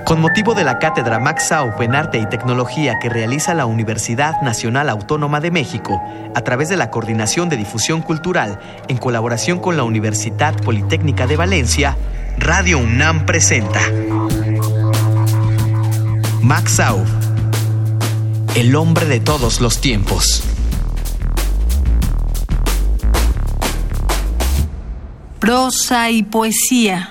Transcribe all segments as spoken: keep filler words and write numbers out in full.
Con motivo de la cátedra Max Aub en Arte y Tecnología que realiza la Universidad Nacional Autónoma de México a través de la Coordinación de Difusión Cultural en colaboración con la Universidad Politécnica de Valencia, Radio UNAM presenta Max Aub, el hombre de todos los tiempos. Prosa y poesía.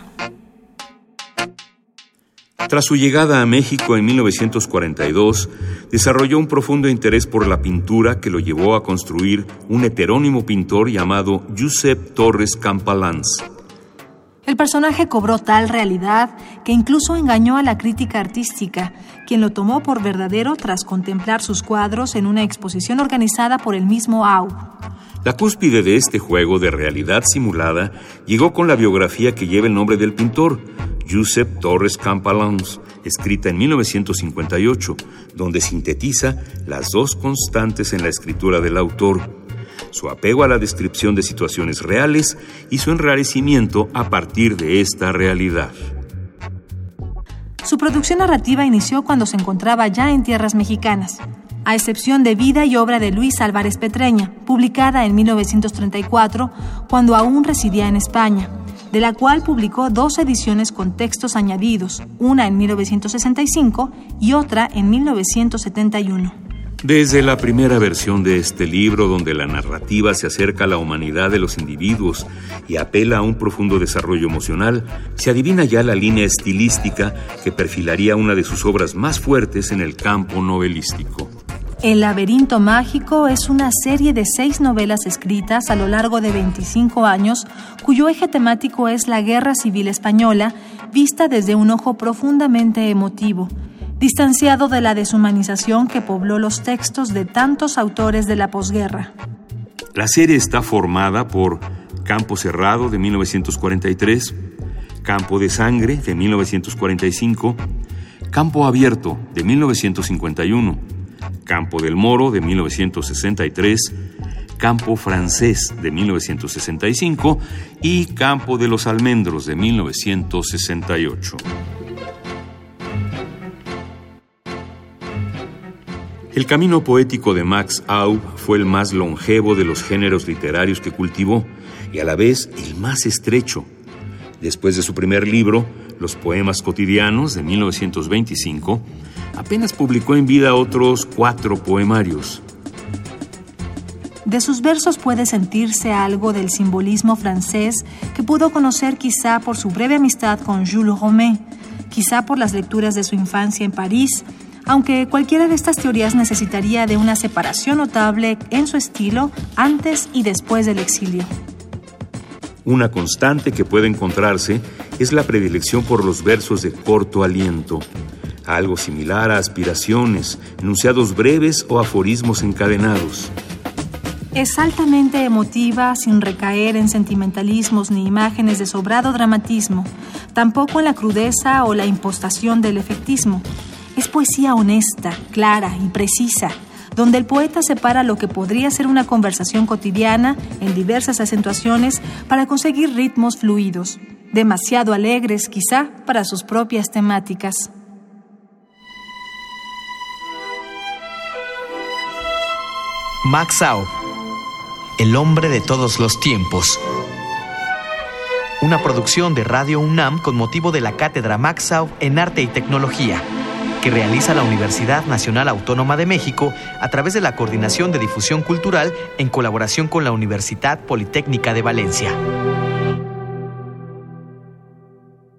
Tras su llegada a México en mil novecientos cuarenta y dos, desarrolló un profundo interés por la pintura que lo llevó a construir un heterónimo pintor llamado Josep Torres Campalans. El personaje cobró tal realidad que incluso engañó a la crítica artística, quien lo tomó por verdadero tras contemplar sus cuadros en una exposición organizada por el mismo Aub. La cúspide de este juego de realidad simulada llegó con la biografía que lleva el nombre del pintor, Josep Torres Campalans, escrita en mil novecientos cincuenta y ocho, donde sintetiza las dos constantes en la escritura del autor: su apego a la descripción de situaciones reales y su enrarecimiento a partir de esta realidad. Su producción narrativa inició cuando se encontraba ya en tierras mexicanas, a excepción de Vida y obra de Luis Álvarez Petreña, publicada en mil novecientos treinta y cuatro, cuando aún residía en España, de la cual publicó dos ediciones con textos añadidos, una en mil novecientos sesenta y cinco y otra en mil novecientos setenta y uno. Desde la primera versión de este libro, donde la narrativa se acerca a la humanidad de los individuos y apela a un profundo desarrollo emocional, se adivina ya la línea estilística que perfilaría una de sus obras más fuertes en el campo novelístico. El laberinto mágico es una serie de seis novelas escritas a lo largo de veinticinco años, cuyo eje temático es la Guerra Civil Española, vista desde un ojo profundamente emotivo, distanciado de la deshumanización que pobló los textos de tantos autores de la posguerra. La serie está formada por Campo Cerrado, de mil novecientos cuarenta y tres, Campo de Sangre, de mil novecientos cuarenta y cinco, Campo Abierto, de mil novecientos cincuenta y uno, Campo del Moro, de mil novecientos sesenta y tres, Campo Francés, de mil novecientos sesenta y cinco y Campo de los Almendros, de mil novecientos sesenta y ocho. El camino poético de Max Aub fue el más longevo de los géneros literarios que cultivó y a la vez el más estrecho. Después de su primer libro, Los Poemas Cotidianos, de mil novecientos veinticinco, apenas publicó en vida otros cuatro poemarios. De sus versos puede sentirse algo del simbolismo francés que pudo conocer quizá por su breve amistad con Jules Romain, quizá por las lecturas de su infancia en París, aunque cualquiera de estas teorías necesitaría de una separación notable en su estilo antes y después del exilio. Una constante que puede encontrarse es la predilección por los versos de corto aliento, algo similar a aspiraciones, enunciados breves o aforismos encadenados. Es altamente emotiva, sin recaer en sentimentalismos ni imágenes de sobrado dramatismo, tampoco en la crudeza o la impostación del efectismo. Es poesía honesta, clara y precisa, donde el poeta separa lo que podría ser una conversación cotidiana en diversas acentuaciones para conseguir ritmos fluidos, demasiado alegres quizá para sus propias temáticas. Max Aub, el hombre de todos los tiempos. Una producción de Radio UNAM con motivo de la cátedra Max Aub en Arte y Tecnología que realiza la Universidad Nacional Autónoma de México a través de la Coordinación de Difusión Cultural en colaboración con la Universidad Politécnica de Valencia.